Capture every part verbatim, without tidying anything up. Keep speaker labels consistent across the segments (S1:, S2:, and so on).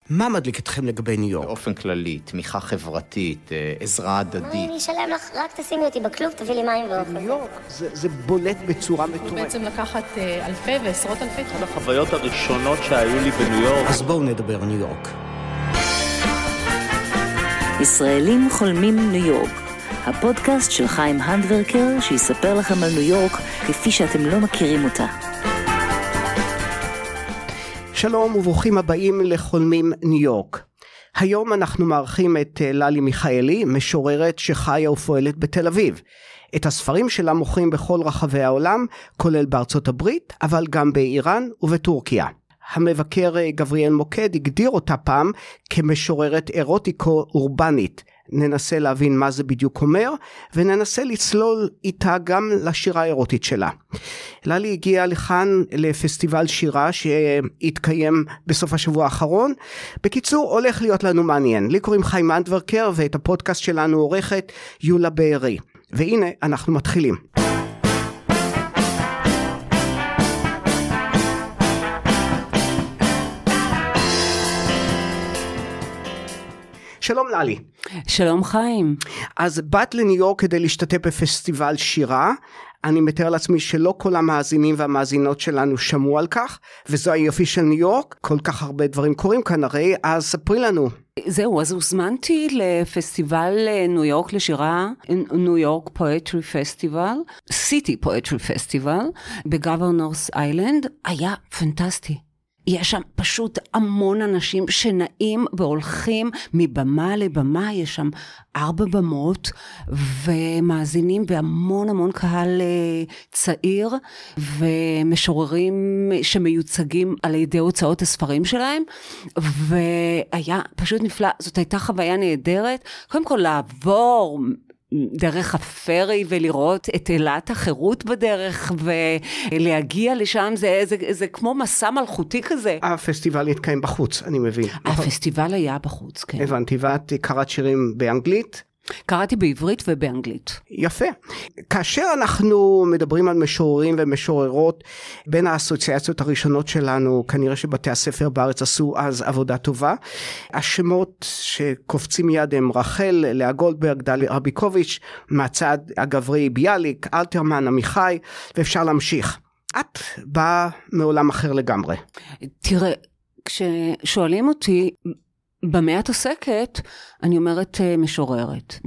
S1: מה מדליק אתכם לגבי ניו יורק?
S2: באופן כללי, תמיכה חברתית, עזרה הדדית.
S3: אני אשלם לך, רק תשימי אותי בכלוב, תביא לי מים ואוכל.
S1: ניו יורק, זה, זה בולט בצורה מטורפת.
S4: בעצם לקחת אלפי ועשרות אלפי.
S5: אחת החוויות הראשונות שהיו לי בניו יורק.
S1: אז בואו נדבר ניו יורק.
S6: ישראלים חולמים ניו יורק. הפודקאסט של חיים הנדברקר שיספר לכם על ניו יורק כפי שאתם לא מכירים אותה.
S1: שלום וברוכים הבאים לחולמים ניו יורק. היום אנחנו מארחים את ללי מיכאלי, משוררת שחיה ופועלת בתל אביב. את הספרים שלה מוכרים בכל רחבי העולם, כולל בארצות הברית, אבל גם באיראן ובטורקיה. המבקר גבריאל מוקד הגדיר אותה פעם כמשוררת אירוטיקו-אורבנית. ננסה להבין מה זה בדיוק אומר, וננסה לצלול איתה גם לשירה האירוטית שלה. ללי הגיעה לכאן לפסטיבל שירה שהתקיים בסוף השבוע האחרון. בקיצור, הולך להיות לנו מעניין. לי קוראים חיים הנדברקר, ואת הפודקאסט שלנו עורכת יולה בארי. והנה, אנחנו מתחילים. שלום ללי.
S7: שלום חיים.
S1: אז באת לניו יורק כדי להשתתף בפסטיבל שירה. אני מתאר לעצמי שלא כל המאזינים והמאזינות שלנו שמעו על כך, וזו היופי של ניו יורק. כל כך הרבה דברים קורים כאן הרי, אז ספרי לנו.
S7: זהו, אז הוזמנתי לפסטיבל ניו יורק לשירה, ניו יורק פואטרי פסטיבל, סיטי פואטרי פסטיבל, בגוורנורס איילנד. היה פנטסטי. יש שם פשוט המון אנשים שנעים והולכים מבמה לבמה, יש שם ארבע במות ומאזינים והמון המון קהל צעיר ומשוררים שמיוצגים על ידי הוצאות הספרים שלהם, והיה פשוט נפלא. זאת הייתה חוויה נהדרת, קודם כל לעבור דרך הפרי ולראות את אלת החירות בדרך ולהגיע לשם, זה, זה, זה כמו מסע מלכותי כזה.
S1: הפסטיבל התקיים בחוץ, אני מבין.
S7: הפסטיבל היה בחוץ, כן.
S1: הבנתי, ואת קראת שירים באנגלית?
S7: קראתי בעברית ובאנגלית.
S1: יפה. כאשר אנחנו מדברים על משוררים ומשוררות, בין האסוציאציות הראשונות שלנו, כנראה שבתי הספר בארץ עשו אז עבודה טובה. השמות שקופצים מיד הם רחל, לאה גולדברג, דליה רביקוביץ', מהצד הגברי ביאליק, אלתרמן, עמיחי, ואפשר להמשיך. את באה מעולם אחר לגמרי.
S7: תראה, כששואלים אותי במה את עוסקת, אני אומרת משוררת.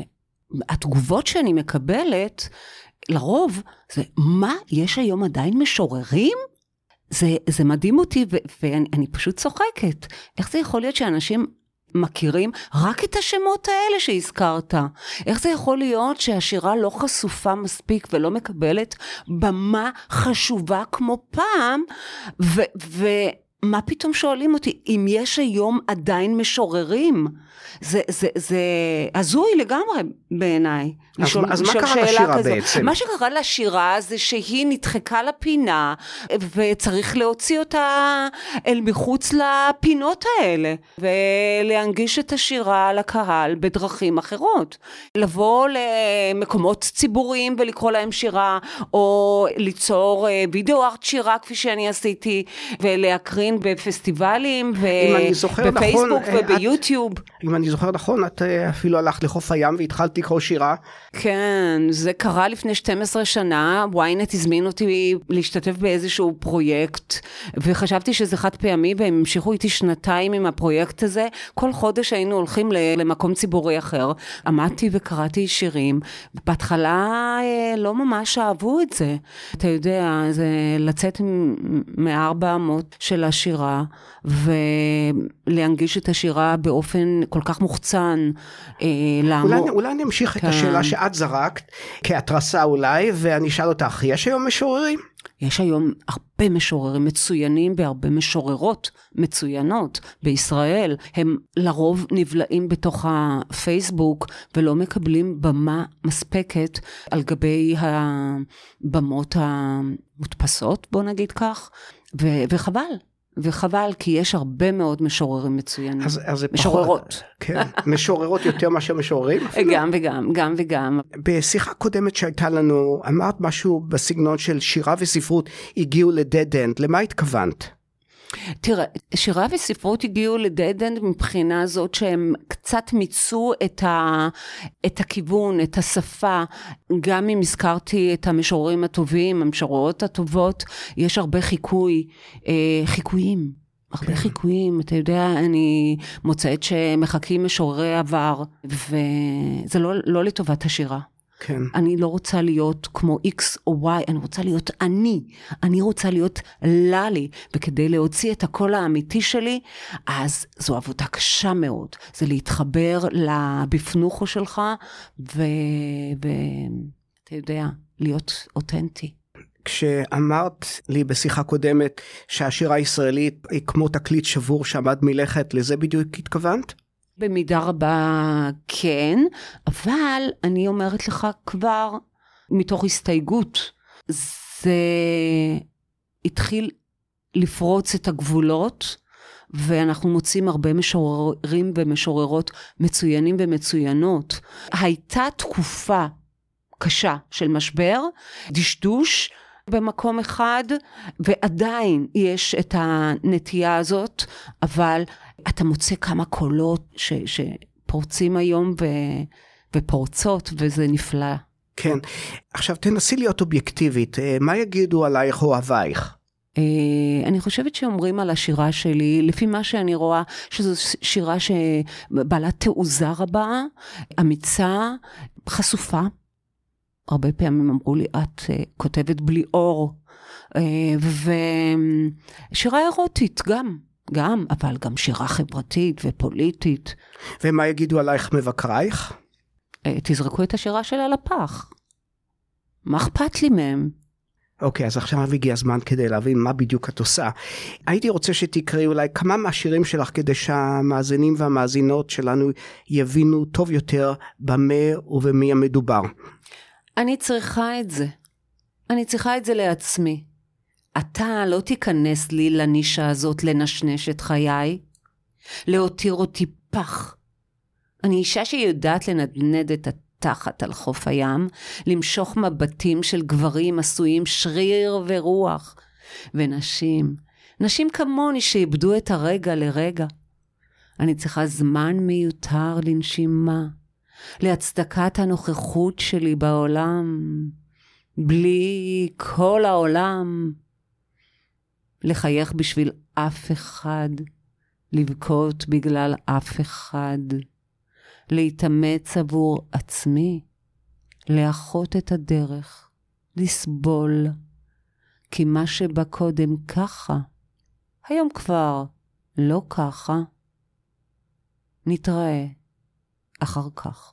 S7: והתגובות שאני מקבלת, לרוב, זה מה, יש היום עדיין משוררים? זה, זה מדהים אותי, ו- ואני פשוט צוחקת. איך זה יכול להיות שאנשים מכירים רק את השמות האלה שהזכרת? איך זה יכול להיות שהשירה לא חשופה מספיק ולא מקבלת במה חשובה כמו פעם? ו... ו- מה פתאום שואלים אותי, אם יש היום עדיין משוררים? זה, זה, זה הזוי לגמרי בעיניי.
S1: אז,
S7: לשאול,
S1: אז מה קרה לשירה
S7: כזו.
S1: בעצם?
S7: מה שקרה לשירה זה שהיא נדחקה לפינה, וצריך להוציא אותה אל מחוץ לפינות האלה, ולהנגיש את השירה לקהל בדרכים אחרות. לבוא למקומות ציבוריים ולקרוא להם שירה, או ליצור וידאו ארט שירה כפי שאני עשיתי, ולהקרין בפסטיבלים ובפייסבוק וביוטיוב.
S1: אם אני זוכר נכון, את אפילו הלכת לחוף הים והתחלת לקרוא שירה.
S7: כן, זה קרה לפני שתים עשרה שנה, וויינט הזמין אותי להשתתף באיזשהו פרויקט, וחשבתי שזה חד פעמי, והם המשיכו איתי שנתיים עם הפרויקט הזה. כל חודש היינו הולכים למקום ציבורי אחר, עמדתי וקראתי שירים, בהתחלה לא ממש אהבו את זה. אתה יודע, זה לצאת מארבע אמות של השירה, ולהנגיש את השירה באופן כל כך מוחצן.
S1: אולי, אולי נמשיך את השאלה שאת זרקת, כהתרסה אולי, ואני אשאל אותך, יש היום משוררים?
S7: יש היום הרבה משוררים מצוינים, והרבה משוררות מצוינות בישראל. הם לרוב נבלעים בתוך הפייסבוק, ולא מקבלים במה מספקת על גבי הבמות המודפסות, בוא נגיד כך, ו- וחבל. וחבל, כי יש הרבה מאוד משוררים מצוינים.
S1: אז, אז
S7: משוררות.
S1: פחות, כן, משוררות יותר מאשר משוררים.
S7: גם וגם, גם וגם.
S1: בשיחה קודמת שהייתה לנו, אמרת משהו בסגנון של שירה וספרות הגיעו לדד אנד. למה התכוונת?
S7: תראה, שירה וספרות הגיעו לדד-אנד מבחינה זאת שהם קצת מיצו את, ה, את הכיוון, את השפה. גם אם הזכרתי את המשוררים הטובים, המשוררות הטובות, יש הרבה חיקוי, אה, חיקויים, הרבה כן. חיקויים. אתה יודע, אני מוצאת שמחכים משוררי עבר, וזה לא, לא לטובת השירה. כן. אני לא רוצה להיות כמו X או Y, אני רוצה להיות אני, אני רוצה להיות ללי, וכדי להוציא את הקול האמיתי שלי, אז זו עבודה קשה מאוד, זה להתחבר לבפנוכו שלך, ואתה יודע, להיות אותנטי.
S1: כשאמרת לי בשיחה קודמת שהשירה הישראלית היא כמו תקליט שבור שעמד מלכת, לזה בדיוק התכוונת?
S7: במידה רבה כן, אבל אני אומרת לך כבר מתוך הסתייגות, זה התחיל לפרוץ את הגבולות, ואנחנו מוצאים הרבה משוררים ומשוררות מצוינים ומצוינות. הייתה תקופה קשה של משבר, דשדוש במקום אחד, ועדיין יש את הנטייה הזאת, אבל אתה מוצא כמה קולות ש, שפורצים היום ו, ופורצות, וזה נפלא.
S1: כן. עכשיו תנסי להיות אובייקטיבית, מה יגידו עלייך או אהבייך?
S7: אני חושבת שאומרים על השירה שלי, לפי מה שאני רואה, שזו שירה שבעלת תעוזה רבה, אמיצה, חשופה. הרבה פעמים אמרו לי, את uh, כותבת בלי אור, uh, ושירה אירוטית גם, גם, אבל גם שירה חברתית ופוליטית.
S1: ומה יגידו עלייך מבקרייך?
S7: Uh, תזרקו את השירה שלה לפח. מה אכפת לי מהם?
S1: אוקיי, אז עכשיו הגיע הזמן כדי להבין מה בדיוק את עושה. הייתי רוצה שתקראי אולי כמה מהשירים שלך, כדי שהמאזינים והמאזינות שלנו יבינו טוב יותר במה ובמי המדובר.
S7: אני צריכה את זה. אני צריכה את זה לעצמי. אתה לא תיכנס לי לנישה הזאת לנשנש את חיי, להותיר אותי פח. אני אישה שיודעת לנדנד את התחת על חוף הים, למשוך מבטים של גברים עשויים שריר ורוח, ונשים, נשים כמוני שאיבדו את הרגע לרגע. אני צריכה זמן מיותר לנשימה, להצדקת הנוכחות שלי בעולם, בלי כל העולם, לחייך בשביל אף אחד, לבכות בגלל אף אחד, להתאמץ עבור עצמי, לאחות את הדרך, לסבול, כי מה שבא קודם ככה, היום כבר לא ככה. נתראה אחר כך.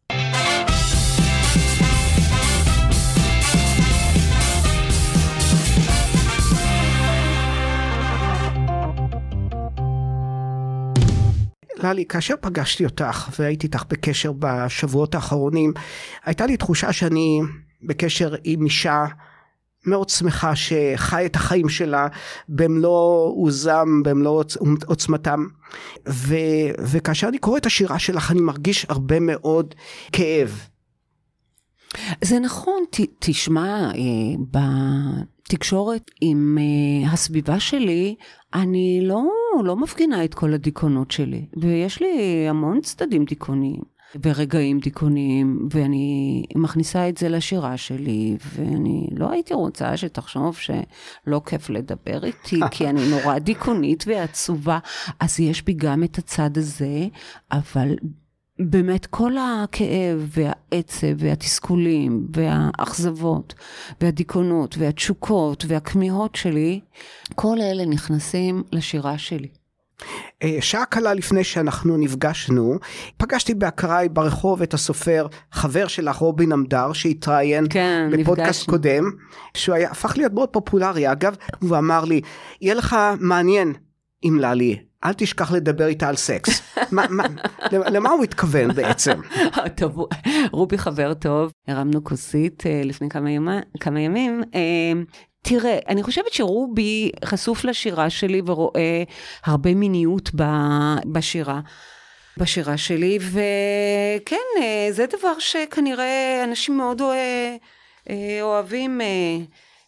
S1: ללי, כאשר פגשתי אותך והייתי איתך בקשר בשבועות האחרונים, הייתה לי תחושה שאני בקשר עם אישה מאוד שמחה שחי את החיים שלה במלוא עוזם, במלוא עוצמתם, ו, וכאשר אני קורא את השירה שלך אני מרגיש הרבה מאוד כאב.
S7: זה נכון, ת, תשמע, בתקשורת עם הסביבה שלי, אני לא, לא מפגינה את כל הדיכאונות שלי, ויש לי המון צדדים דיכאוניים, ורגעים דיכאוניים, ואני מכניסה את זה לשירה שלי, ואני לא הייתי רוצה שתחשוב שלא כיף לדבר איתי, כי אני נורא דיכאונית ועצובה, אז יש בי גם את הצד הזה, אבל באמת כל הכאב והעצב והתסכולים והאכזבות והדיכאונות והתשוקות והכמיהות שלי, כל אלה נכנסים לשירה שלי.
S1: שעה קלה לפני שאנחנו נפגשנו, פגשתי באקראי ברחוב את הסופר, חבר שלך רובין עמדר, שהתראיין
S7: כן,
S1: בפודקאסט
S7: נפגשנו.
S1: קודם, שהוא היה, הפך להיות מאוד פופולרי, אגב, הוא אמר לי, יהיה לך מעניין עם ללי, אל תשכח לדבר איתה על סקס. מה, מה, למה הוא התכוון בעצם?
S7: טוב, רובי חבר טוב, הרמנו כוסית לפני כמה, ימה, כמה ימים, תראה, אני חושבת שרובי חשוף לשירה שלי ורואה הרבה מיניות בשירה, בשירה שלי, וכן, זה דבר שכנראה אנשים מאוד אוהבים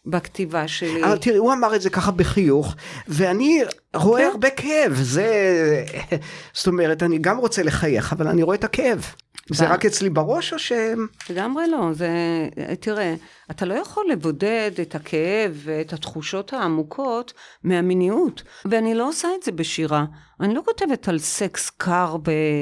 S7: בכתיבה שלי.
S1: אבל תראי, הוא אמר את זה ככה בחיוך, ואני רואה הרבה כאב, זה, זאת אומרת, אני גם רוצה לחייך, אבל אני רואה את הכאב. זה רק אצלי בראש או ש...
S7: לגמרי לא, זה, תראה, אתה לא יכול לבודד את הכאב ואת התחושות העמוקות מהמיניות, ואני לא עושה את זה בשירה. אני לא כותבת על סקס קר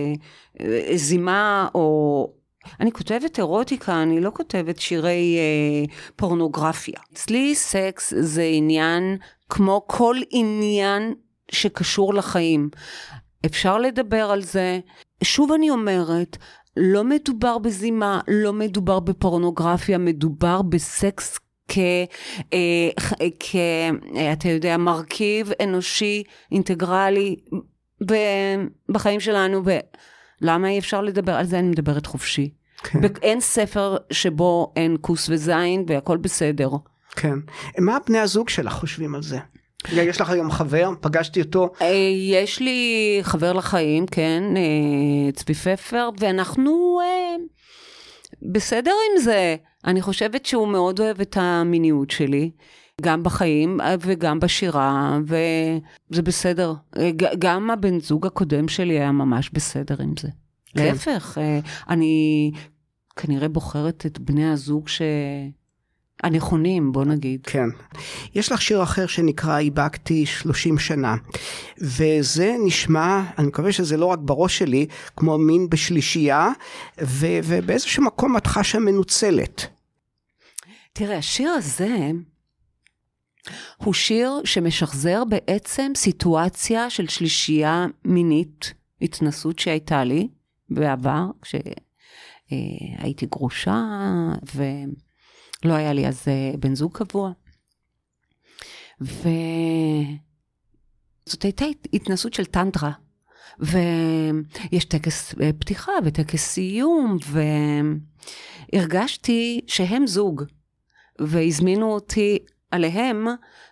S7: בזימה או... אני כותבת אירוטיקה, אני לא כותבת שירי אה, פורנוגרפיה. אצלי סקס זה עניין כמו כל עניין שקשור לחיים. אפשר לדבר על זה. שוב אני אומרת, לא מדובר בזימה, לא מדובר בפורנוגרפיה, מדובר בסקס כ... אה, כ אה, אתה יודע, מרכיב אנושי, אינטגרלי ב, בחיים שלנו. ב, למה אי אפשר לדבר? על זה אני מדברת חופשי. כן. אין ספר שבו אין כוס וזין והכל בסדר.
S1: כן. מה בני הזוג שלך חושבים על זה? יש לך היום חבר? פגשתי אותו?
S7: יש לי חבר לחיים, כן, צבי פפר, ואנחנו בסדר עם זה. אני חושבת שהוא מאוד אוהב את המיניות שלי, גם בחיים וגם בשירה, וזה בסדר. גם הבן זוג הקודם שלי היה ממש בסדר עם זה. כן. להפך, אני כנראה בוחרת את בני הזוג ש... הנכונים, בוא נגיד.
S1: כן. יש לך שיר אחר שנקרא איבקתי שלושים שנה, וזה נשמע, אני מקווה שזה לא רק בראש שלי, כמו מין בשלישייה, ו- ובאיזשהו מקום את חשה מנוצלת.
S7: תראה, השיר הזה, הוא שיר שמשחזר בעצם סיטואציה של שלישייה מינית, התנסות שהייתה לי בעבר, כשהייתי גרושה, ו... לא היה לי אז בן זוג קבוע. וזאת הייתה התנסות של טנטרה. ויש טקס פתיחה וטקס סיום, והרגשתי שהם זוג. והזמינו אותי עליהם,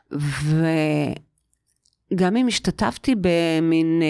S7: וגם אם השתתפתי במין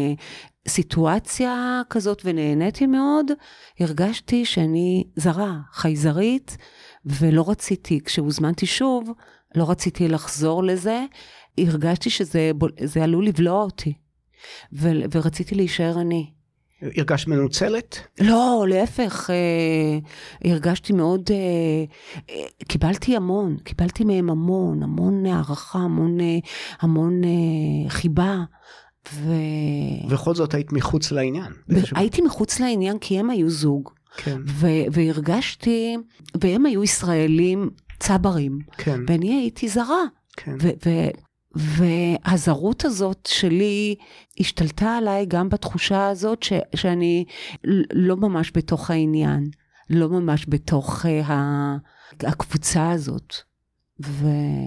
S7: סיטואציה כזאת ונהניתי מאוד, הרגשתי שאני זרה, חייזרית, ולא רציתי, כשהוזמנתי שוב, לא רציתי לחזור לזה, הרגשתי שזה זה עלול לבלוע אותי, ו, ורציתי להישאר אני.
S1: הרגשת מנוצלת?
S7: לא, להפך, אה, הרגשתי מאוד, אה, אה, קיבלתי המון, קיבלתי מהם המון, המון הערכה, המון, אה, המון אה, חיבה, ו...
S1: וכל זאת היית מחוץ לעניין.
S7: הייתי מחוץ לעניין כי הם היו זוג.
S1: כן.
S7: ו- והרגשתי, והם היו ישראלים צברים. כן. ואני הייתי זרה. כן. ו- ו- והזרות הזאת שלי השתלטה עליי גם בתחושה הזאת ש- שאני לא ממש בתוך העניין. לא ממש בתוך uh, הקבוצה הזאת. ו...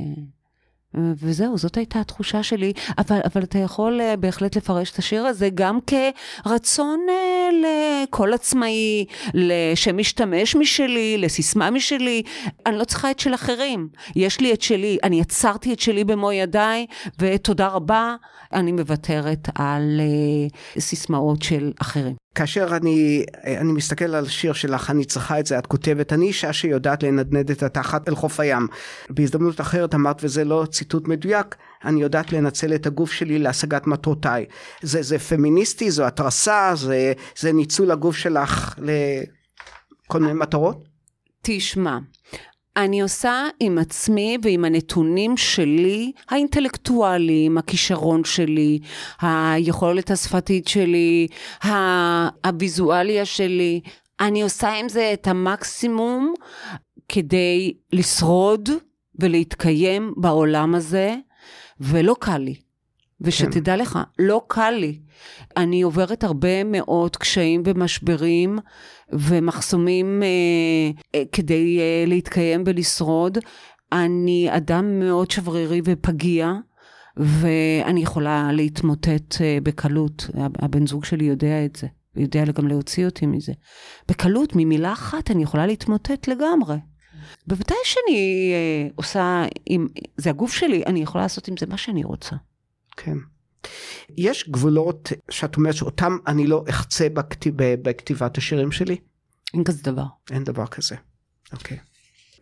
S7: וזהו, זאת הייתה התחושה שלי, אבל, אבל אתה יכול uh, בהחלט לפרש את השיר הזה גם כרצון uh, לכל עצמאי, שמשתמש משלי, לסיסמה משלי. אני לא צריכה את של אחרים, יש לי את שלי, אני יצרתי את שלי במו ידיי, ותודה רבה, אני מוותרת על uh, סיסמאות של אחרים.
S1: כאשר אני, אני מסתכל על שיר שלך, אני צריכה את זה, את כותבת, אני אישה שיודעת לנדנד את התחת אל חוף הים. בהזדמנות אחרת אמרת, וזה לא ציטוט מדויק, אני יודעת לנצל את הגוף שלי להשגת מטרותיי. זה, זה פמיניסטי, זו התרסה, זה, זה ניצול הגוף שלך לכל מיני מטרות?
S7: תשמע, אני עושה עם עצמי ועם הנתונים שלי, האינטלקטואליים, הכישרון שלי, היכולת השפתית שלי, הוויזואליה שלי, אני עושה עם זה את המקסימום כדי לשרוד ולהתקיים בעולם הזה, ולא קל לי. ושתדע לך, לא קל לי. אני עוברת הרבה מאוד קשיים ומשברים ומחסומים אה, אה, כדי אה, להתקיים ולשרוד. אני אדם מאוד שברירי ופגיע, ואני יכולה להתמוטט אה, בקלות. הבן זוג שלי יודע את זה, יודע גם להוציא אותי מזה. בקלות, ממילה אחת, אני יכולה להתמוטט לגמרי. בוודאי שאני אה, עושה, עם, זה הגוף שלי, אני יכולה לעשות עם זה מה שאני רוצה.
S1: כן. יש גבולות שאת אומרת שאותם אני לא אחצה בכתיב, בכתיבת השירים שלי?
S7: אין כזה דבר.
S1: אין דבר כזה. אוקיי.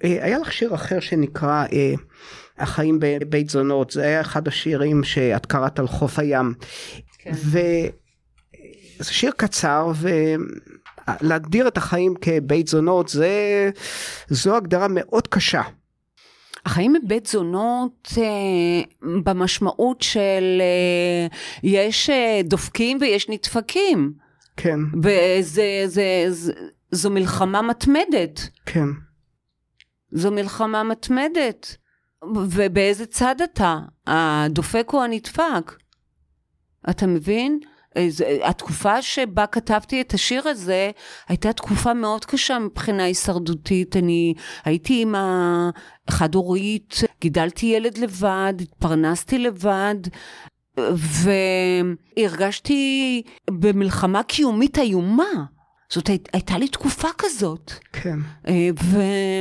S1: היה לך שיר אחר שנקרא החיים בבית זונות, זה היה אחד השירים שאת קראת על חוף הים, כן. וזה שיר קצר, ולהגדיר את החיים כבית זונות, זה, זו הגדרה מאוד קשה.
S7: החיים בבית זונות במשמעות של יש דופקים ויש נדפקים.
S1: כן.
S7: וזה, זה, זה, זו מלחמה מתמדת.
S1: כן. זו
S7: מלחמה מתמדת. ובאיזה צד אתה? הדופק או הנדפק? אתה מבין? התקופה שבה כתבתי את השיר הזה, הייתה תקופה מאוד קשה מבחינה הישרדותית. אני הייתי אימא חד הורית, גידלתי ילד לבד, התפרנסתי לבד, והרגשתי במלחמה קיומית איומה. זאת הייתה לי תקופה כזאת.
S1: כן.
S7: ו...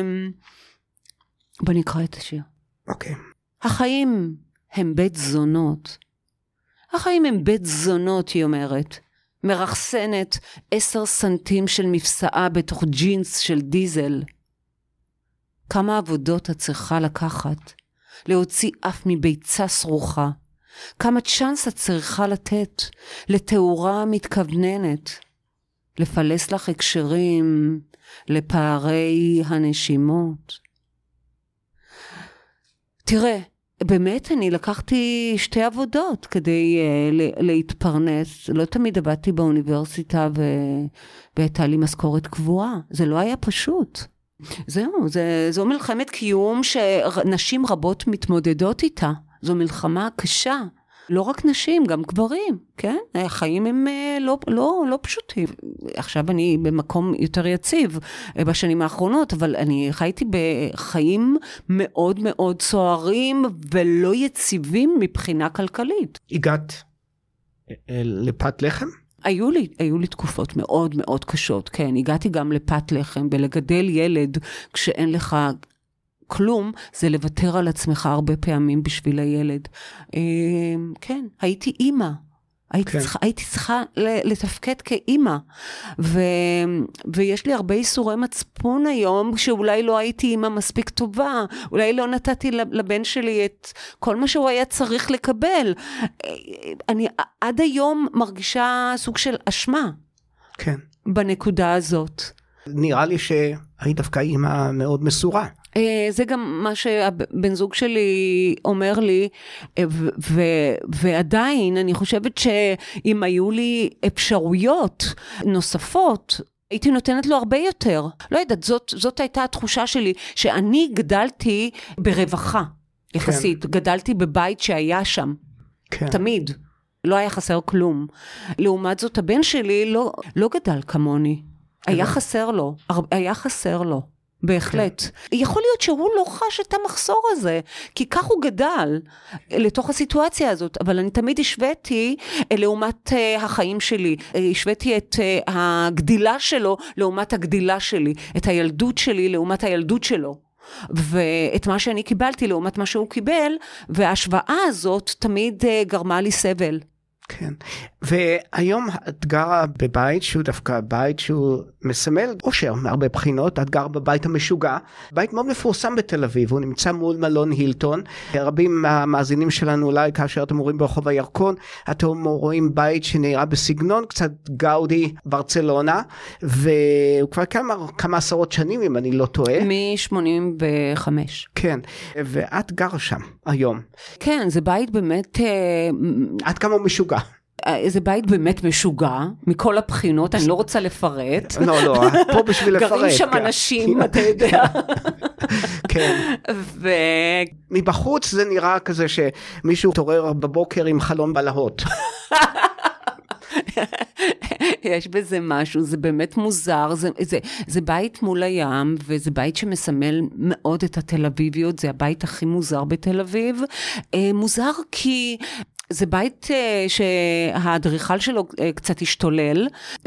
S7: בוא נקרא את השיר.
S1: אוקיי.
S7: החיים הם בית זונות. החיים הם בית זונות, היא אומרת. מרחסנת עשר סנטים של מפסעה בתוך ג'ינס של דיזל. כמה עבודות את צריכה לקחת? להוציא אף מביצה סרוחה. כמה צ'אנס את צריכה לתת לתאורה מתכווננת. לפלס לך הקשרים לפערי הנשימות. תראה, באמת אני לקחתי שתי עבודות כדי uh, להתפרנס. לא תמיד עבדתי באוניברסיטה והייתה לי משכורת קבועה. זה לא היה פשוט. זהו, זה, זו מלחמת קיום שנשים רבות מתמודדות איתה. זו מלחמה קשה. לא רק נשים, גם גברים, כן? החיים הם לא, לא, לא פשוטים. עכשיו אני במקום יותר יציב בשנים האחרונות, אבל אני חייתי בחיים מאוד מאוד סוערים ולא יציבים מבחינה כלכלית.
S1: הגעת לפת לחם?
S7: היו לי, היו לי תקופות מאוד מאוד קשות, כן. הגעתי גם לפת לחם, ולגדל ילד כשאין לך כלום, זה לוותר על עצמך הרבה פעמים בשביל הילד. כן, הייתי אימא. הייתי, כן. צריכה, הייתי צריכה לתפקד כאימא. ו, ויש לי הרבה איסורי מצפון היום, שאולי לא הייתי אימא מספיק טובה. אולי לא נתתי לבן שלי את כל מה שהוא היה צריך לקבל. אני עד היום מרגישה סוג של אשמה.
S1: כן.
S7: בנקודה הזאת.
S1: נראה לי שהיית דווקא אימא מאוד מסורה.
S7: זה גם מה שהבן זוג שלי אומר לי, ו- ועדיין אני חושבת שאם היו לי אפשרויות נוספות, הייתי נותנת לו הרבה יותר. לא יודעת, זאת, זאת הייתה התחושה שלי, שאני גדלתי ברווחה, יחסית. כן. גדלתי בבית שהיה שם, כן. תמיד. לא היה חסר כלום. לעומת זאת, הבן שלי לא, לא גדל כמוני. היה חסר לו, היה חסר לו. בהחלט. Okay. יכול להיות שהוא לא חש את המחסור הזה, כי כך הוא גדל לתוך הסיטואציה הזאת, אבל אני תמיד השוויתי לעומת uh, החיים שלי, השוויתי את uh, הגדילה שלו לעומת הגדילה שלי, את הילדות שלי לעומת הילדות שלו, ואת מה שאני קיבלתי לעומת מה שהוא קיבל, וההשוואה הזאת תמיד uh, גרמה לי סבל.
S1: כן, והיום את גרה בבית שהוא דווקא בית שהוא מסמל אושר מהרבה בחינות. את גרה בבית המשוגע, בית מאוד מפורסם בתל אביב, הוא נמצא מול מלון הילטון. רבים מהמאזינים שלנו אולי כאשר אתם רואים ברחוב הירקון, אתם רואים בית שנראה בסגנון קצת גאודי ברצלונה, והוא כבר כמה, כמה עשרות שנים אם אני לא טועה.
S7: מ-שמונים וחמש.
S1: כן, ואת גרה שם היום.
S7: כן, זה בית באמת...
S1: את כמה משוגע.
S7: זה בית באמת משוגע, מכל הבחינות, אני לא רוצה לפרט.
S1: לא, לא, פה בשביל לפרט.
S7: גרים שם אנשים, אתה יודע.
S1: כן. מבחוץ זה נראה כזה שמישהו תורר בבוקר עם חלום בלהות.
S7: יש בזה משהו, זה באמת מוזר, זה, זה, זה בית מול הים, וזה בית שמסמל מאוד את התל אביביות, זה הבית הכי מוזר בתל אביב. מוזר כי... זה בית שהאדריכל שלו קצת השתולל,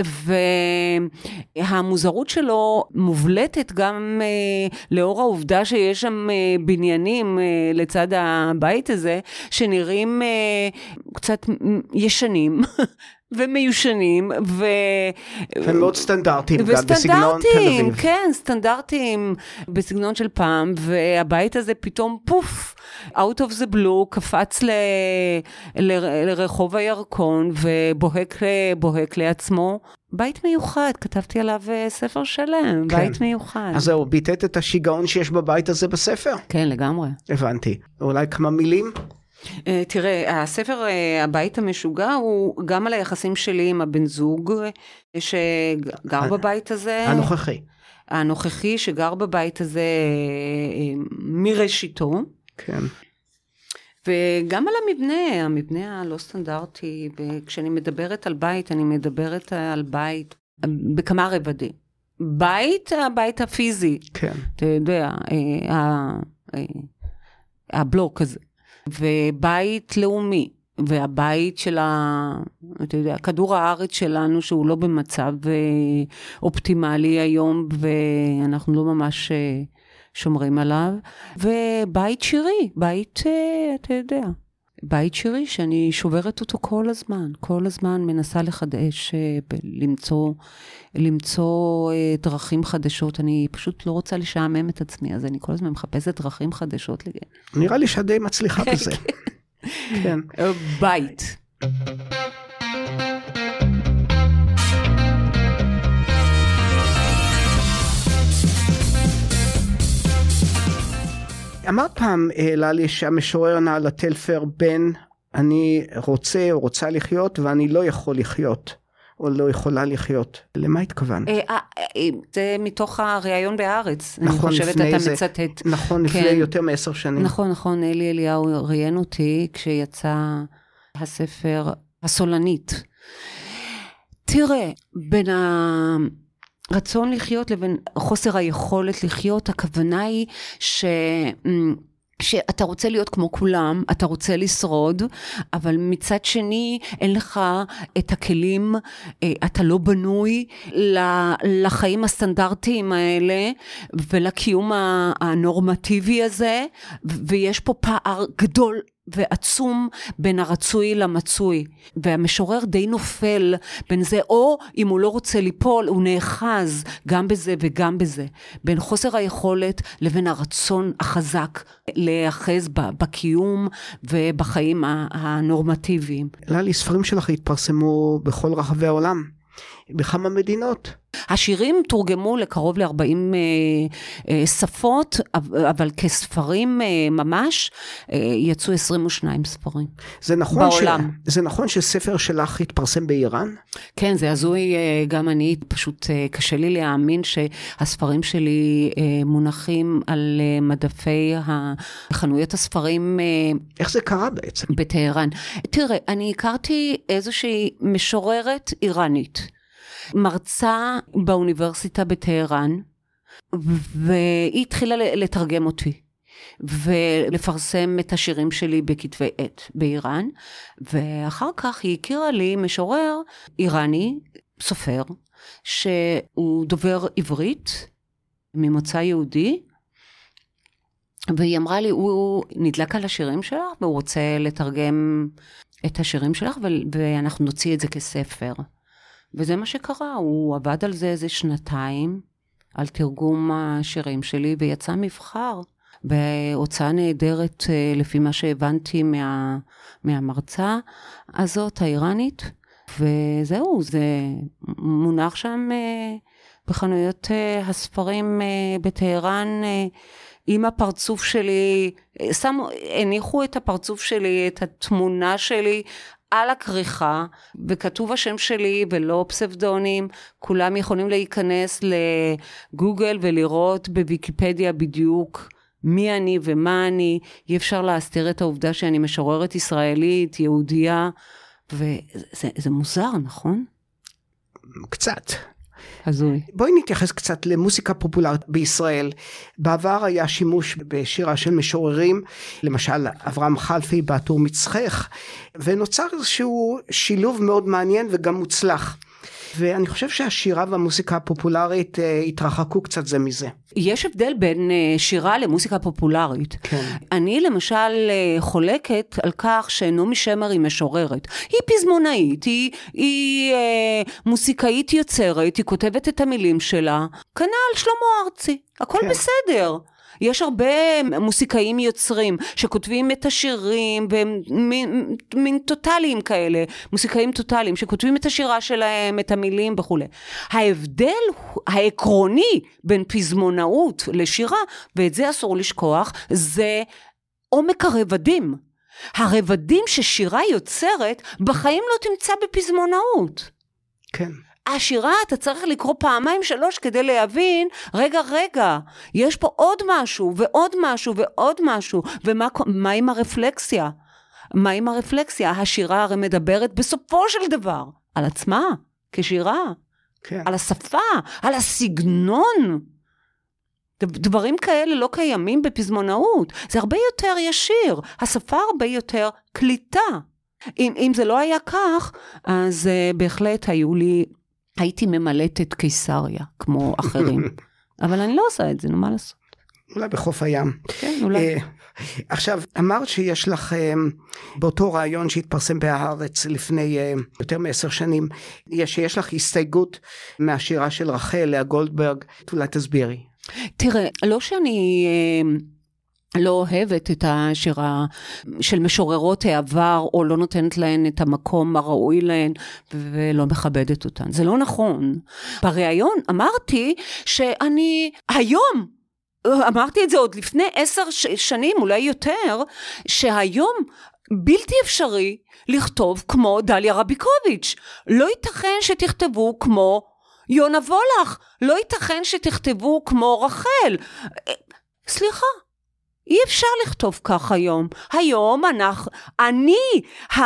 S7: והמוזרות שלו מובלטת גם לאור העובדה שיש שם בניינים לצד הבית הזה, שנראים קצת ישנים, ומיושנים, ו...
S1: ומאוד סטנדרטיים, גם בסגנון תל אביב.
S7: כן, סטנדרטיים, בסגנון של פעם, והבית הזה פתאום פוף, out of the blue, קפץ ל... ל... לרחוב הירקון, ובוהק בוהק לעצמו. בית מיוחד, כתבתי עליו ספר שלם, כן. בית מיוחד.
S1: אז זהו, ביטאת את השיגעון שיש בבית הזה בספר?
S7: כן, לגמרי.
S1: הבנתי. אולי כמה מילים?
S7: Uh, תראה, הספר uh, הבית המשוגע הוא גם על היחסים שלי עם הבן זוג שגר בבית הזה.
S1: הנוכחי.
S7: הנוכחי שגר בבית הזה uh, מראשיתו. כן. וגם על המבנה, המבנה הלא סטנדרטי, וכשאני מדברת על בית, אני מדברת על בית בכמה רבדים. בית, הבית הפיזי. כן. אתה יודע, הבלוק הזה. ובית לאומי, והבית של ה... אתה יודע, כדור הארץ שלנו, שהוא לא במצב אופטימלי היום, ואנחנו לא ממש שומרים עליו, ובית שירי, בית, אתה יודע, בית שירי שאני שוברת אותו כל הזמן, כל הזמן מנסה לחדש, למצוא, למצוא דרכים חדשות, אני פשוט לא רוצה לשעמם את עצמי, אז אני כל הזמן מחפשת דרכים חדשות.
S1: נראה לי שדי מצליחה בזה. כן.
S7: בית.
S1: אמרת פעם, ללי, שהמשורר נעל הטלפר בין אני רוצה או רוצה לחיות ואני לא יכול לחיות, או לא יכולה לחיות. למה התכוונת?
S7: זה מתוך הראיון בארץ. אני חושבת אתה מצטט.
S1: נכון, לפני יותר מעשר שנים.
S7: נכון, נכון. אלי אליהו ראיין אותי כשיצא הספר הסולנית. תראה, בין ה... רצון לחיות לבין חוסר היכולת לחיות, הכוונה היא ש... שאתה רוצה להיות כמו כולם, אתה רוצה לשרוד, אבל מצד שני אין לך את הכלים, אתה לא בנוי לחיים הסטנדרטיים האלה, ולקיום הנורמטיבי הזה, ויש פה פער גדול ועצום בין הרצוי למצוי, והמשורר די נופל בין זה, או אם הוא לא רוצה ליפול, הוא נאחז גם בזה וגם בזה, בין חוסר היכולת לבין הרצון החזק להאחז בקיום ובחיים הנורמטיביים.
S1: ללי, ספרים שלך התפרסמו בכל רחבי העולם, בכמה מדינות.
S7: השירים תורגמו לקרוב ל-ארבעים אה, אה, שפות, אבל כספרים אה, ממש אה, יצאו עשרים ושניים ספרים.
S1: זה נכון בעולם. ש... זה נכון שספר שלך התפרסם באיראן?
S7: כן, זה הזוי, אה, גם אני, פשוט אה, קשה לי להאמין שהספרים שלי אה, מונחים על אה, מדפי חנויות הספרים. אה,
S1: איך זה קרה בעצם?
S7: בטהרן. תראה, אני הכרתי איזושהי משוררת איראנית. מרצה באוניברסיטה בטהרן, והיא התחילה לתרגם אותי, ולפרסם את השירים שלי בכתבי עת באיראן, ואחר כך היא הכירה לי משורר איראני, סופר, שהוא דובר עברית, ממוצא יהודי, והיא אמרה לי, הוא נדלק על השירים שלך, והוא רוצה לתרגם את השירים שלך, ואנחנו נוציא את זה כספר. וזה מה שקרה, הוא עבד על זה איזה שנתיים, על תרגום השירים שלי, ויצא מבחר, בהוצאה נהדרת, לפי מה שהבנתי מה, מהמרצה הזאת, האיראנית, וזהו, זה מונח שם בחנויות הספרים בטהרן, עם הפרצוף שלי, שמו, הניחו את הפרצוף שלי, את התמונה שלי, על הכריכה, וכתוב השם שלי ולא פסבדונים, כולם יכולים להיכנס לגוגל ולראות בוויקיפדיה בדיוק מי אני ומה אני, אי אפשר להסתיר את העובדה שאני משוררת ישראלית, יהודייה, וזה זה מוזר, נכון?
S1: קצת.
S7: הזוי.
S1: בואי נתייחס קצת למוסיקה פופולרית בישראל. בעבר היה שימוש בשירה של משוררים, למשל אברהם חלפי בעטור מצחך, ונוצר איזשהו שילוב מאוד מעניין וגם מוצלח. ואני חושב שהשירה והמוסיקה הפופולרית התרחקו קצת זה מזה.
S7: יש הבדל בין שירה למוסיקה פופולרית.
S1: כן.
S7: אני למשל חולקת על כך שנעמי שמר היא משוררת. היא פזמונאית, היא, היא אה, מוסיקאית יוצרת, היא כותבת את המילים שלה. כנ"ל שלמה ארצי, הכל כן. בסדר. יש הרבה מוסיקאים יוצרים שכותבים את השירים במין טוטליים כאלה, מוסיקאים טוטליים שכותבים את השירה שלהם, את המילים וכו'. ההבדל העקרוני בין פזמונאות לשירה, ואת זה אסור לשכוח, זה עומק הרבדים. הרבדים ששירה יוצרת בחיים לא תמצא בפזמונאות.
S1: כן.
S7: השירה אתה צריך לקרוא פעמיים שלוש כדי להבין, רגע רגע, יש פה עוד משהו ועוד משהו ועוד משהו, ומה מה עם הרפלקסיה? מה עם הרפלקסיה? השירה הרי מדברת בסופו של דבר על עצמה, כשירה,
S1: כן.
S7: על השפה, על הסגנון. דברים כאלה לא קיימים בפזמונאות, זה הרבה יותר ישיר, השפה הרבה יותר קליטה. אם, אם זה לא היה כך, אז uh, בהחלט היו לי... הייתי ממלאת את קיסריה, כמו אחרים. אבל אני לא עושה את זה, נו מה לעשות?
S1: אולי בחוף הים.
S7: כן, אולי.
S1: עכשיו, אמרת שיש לך, באותו רעיון שהתפרסם בהארץ לפני יותר מעשר שנים, שיש לך הסתייגות מהשירה של רחל, לאה גולדברג, אולי תסבירי.
S7: תראה, לא שאני... לא אוהבת את השירה של משוררות העבר, או לא נותנת להן את המקום הראוי להן, ולא מכבדת אותן. זה לא נכון. בריאיון אמרתי שאני היום, אמרתי את זה עוד לפני עשר שנים, אולי יותר, שהיום בלתי אפשרי לכתוב כמו דליה רביקוביץ'. לא ייתכן שתכתבו כמו יונה וולך. לא ייתכן שתכתבו כמו רחל. סליחה. אי אפשר לכתוב כך היום. היום אנחנו, אני,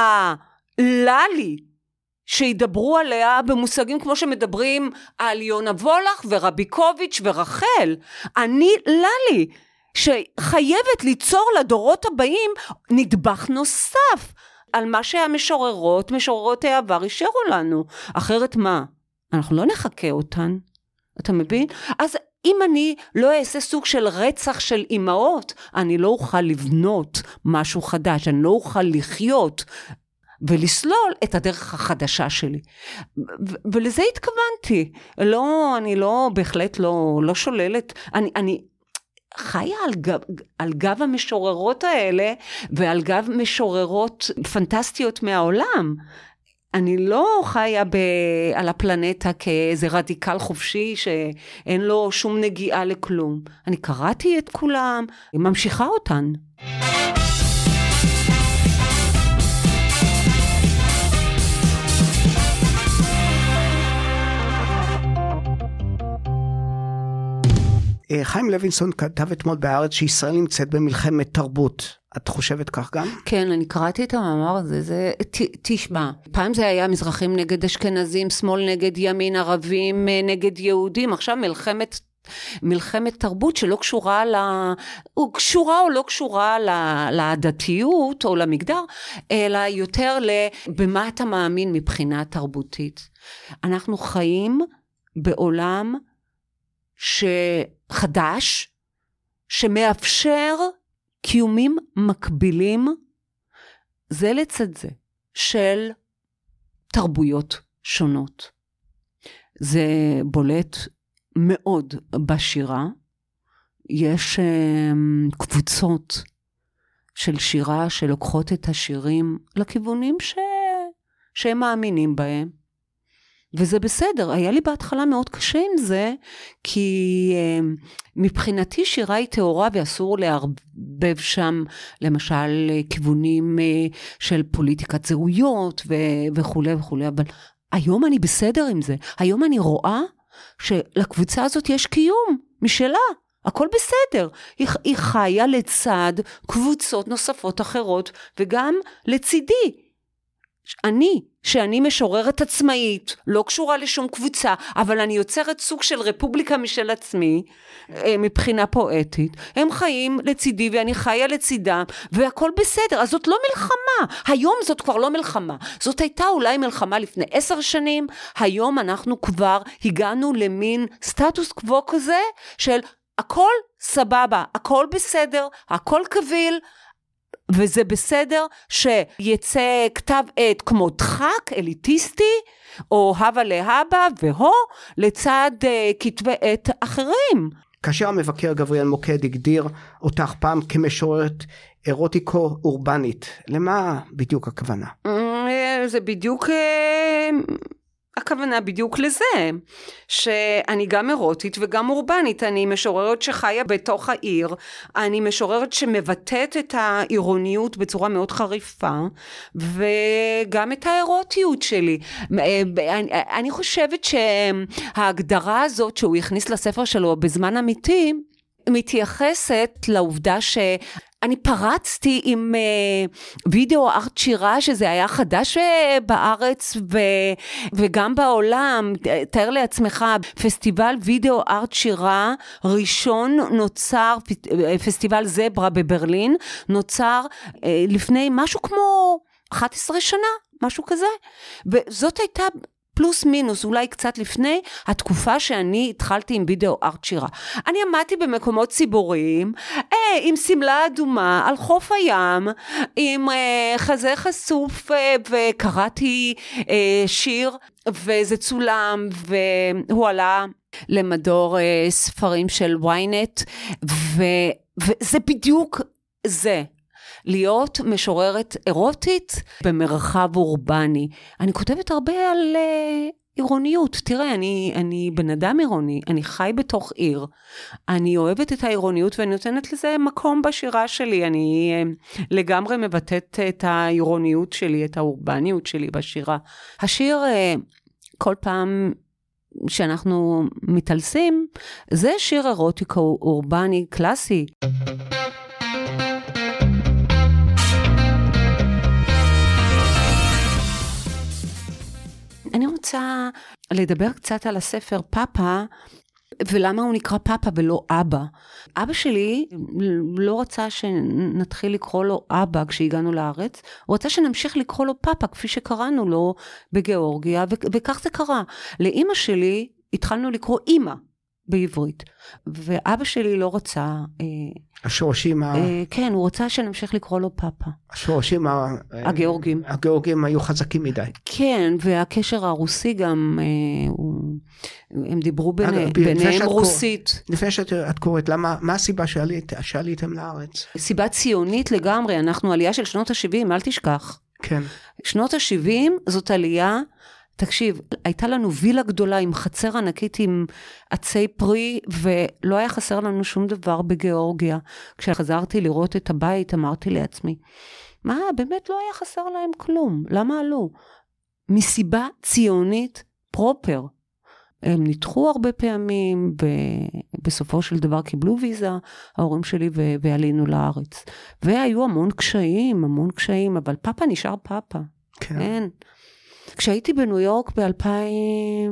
S7: הללי, שידברו עליה במושגים כמו שמדברים על יונה וולך ורביקוביץ' ורחל. אני ללי, שחייבת ליצור לדורות הבאים נדבך נוסף על מה שהמשוררות, משוררות העבר, השאירו לנו. אחרת מה? אנחנו לא נחכה אותן. אתה מבין? אז אם אני לא אעשה סוג של רצח של אימהות, אני לא אוכל לבנות משהו חדש, אני לא אוכל לחיות ולסלול את הדרך החדשה שלי. ו- ולזה התכוונתי. לא, אני לא, בהחלט לא, לא שוללת. אני, אני חיה על גב, על גב המשוררות האלה, ועל גב משוררות פנטסטיות מהעולם. אני לא חיה ב... על הפלנטה כאיזה רדיקל חופשי שאין לו שום נגיעה לכלום. אני קראתי את כולם, היא ממשיכה אותן.
S1: חיים לוינסון כתב אתמול בהארץ שישראל נמצאת במלחמת תרבות. את חושבת כך גם?
S7: כן, אני קראתי את המאמר הזה, זה, ת, תשמע, פעם זה היה מזרחים נגד אשכנזים, שמאל נגד ימין, ערבים נגד יהודים, עכשיו מלחמת, מלחמת תרבות שלא קשורה ל... או קשורה או לא קשורה לדתיות או למגדר, אלא יותר במה אתה מאמין מבחינה תרבותית. אנחנו חיים בעולם שחדש, שמאפשר קיומים מקבילים זה לצד זה של תרבויות שונות. זה בולט מאוד בשירה. יש קבוצות של שירה שלוקחות את השירים לכיוונים ש... שהם מאמינים בהם. וזה בסדר, היה לי בהתחלה מאוד קשה עם זה, כי uh, מבחינתי שירה היא תאורה ואסור להרבב שם, למשל, כיוונים uh, של פוליטיקת זהויות ו- וכו' וכו', אבל היום אני בסדר עם זה, היום אני רואה שלקבוצה הזאת יש קיום משלה, הכל בסדר, היא, היא חיה לצד קבוצות נוספות אחרות, וגם לצידי, אני, שאני משוררת עצמאית, לא קשורה לשום קבוצה, אבל אני יוצרת סוג של רפובליקה משל עצמי, מבחינה פואטית, הם חיים לצידי ואני חיה לצידם, והכל בסדר, אז זאת לא מלחמה, היום זאת כבר לא מלחמה, זאת הייתה אולי מלחמה לפני עשר שנים, היום אנחנו כבר הגענו למין סטטוס קוו כזה, של הכל סבבה, הכל בסדר, הכל קביל, וזה בסדר שיצא כתב עת כמו דחק, אליטיסטי, או הווה להבה והו, לצד uh, כתבי עת אחרים.
S1: כאשר המבקר גבריאל מוקד הגדיר אותך פעם כמשוררת אירוטיקו-אורבנית, למה בדיוק הכוונה?
S7: זה בדיוק... הכוונה בדיוק לזה, שאני גם אירוטית וגם אורבנית, אני משוררת שחיה בתוך העיר, אני משוררת שמבטאת את האירוניות בצורה מאוד חריפה, וגם את האירוטיות שלי. אני, אני חושבת שההגדרה הזאת שהוא הכניס לספר שלו בזמן אמיתי, מתייחסת לעובדה ש... אני פרצתי עם uh, וידאו ארט שירה, שזה היה חדש בארץ ו, וגם בעולם. תאר לעצמך, פסטיבל וידאו ארט שירה ראשון נוצר, פסטיבל זברה בברלין, נוצר uh, לפני משהו כמו אחת עשרה שנה, משהו כזה. וזאת הייתה... פלוס מינוס, אולי קצת לפני התקופה שאני התחלתי עם וידאו ארט שירה. אני עמדתי במקומות ציבוריים, אה, עם סמלה אדומה, על חוף הים, עם אה, חזה חשוף, אה, וקראתי אה, שיר, וזה צולם, והוא עלה למדור אה, ספרים של וויינט, ו, וזה בדיוק זה. להיות משוררת אירוטית במרחב אורבני. אני כותבת הרבה על uh, אירוניות. תראה, אני, אני בן אדם אירוני, אני חי בתוך עיר, אני אוהבת את האירוניות ואני נותנת לזה מקום בשירה שלי, אני uh, לגמרי מבטאת את האירוניות שלי, את האורבניות שלי בשירה. השיר, uh, כל פעם שאנחנו מתעלסים, זה שיר אירוטיקו אורבני קלאסי. אני רוצה לדבר קצת על הספר פאפה, ולמה הוא נקרא פאפה ולא אבא. אבא שלי לא רצה שנתחיל לקרוא לו אבא כשהגענו לארץ, הוא רצה שנמשיך לקרוא לו פאפה, כפי שקראנו לו בגיאורגיה, וכך זה קרה. לאמא שלי התחלנו לקרוא אמא בעברית, ואבא שלי לא רצה...
S1: השורשים ה...
S7: כן, הוא רצה שנמשיך לקרוא לו פאפה.
S1: השורשים ה...
S7: הגיאורגים.
S1: הגיאורגים היו חזקים מדי.
S7: כן, והקשר הרוסי גם, הם דיברו ביניהם רוסית.
S1: לפני שאת קוראת, מה הסיבה שעליתם לארץ?
S7: סיבה ציונית לגמרי, אנחנו עלייה של שנות ה-שבעים, אל תשכח.
S1: כן.
S7: שנות ה-שבעים זאת עלייה, תקשיב, הייתה לנו וילה גדולה עם חצר ענקית עם עצי פרי, ולא היה חסר לנו שום דבר בגיאורגיה. כשחזרתי לראות את הבית, אמרתי לעצמי, מה, באמת לא היה חסר להם כלום, למה עלו? מסיבה ציונית פרופר. הם ניתחו הרבה פעמים, ובסופו של דבר קיבלו ויזה, ההורים שלי, ו- ועלינו לארץ. והיו המון קשיים, המון קשיים, אבל פאפה נשאר פאפה.
S1: כן.
S7: אין. כשהייתי בניו יורק ב-אלפיים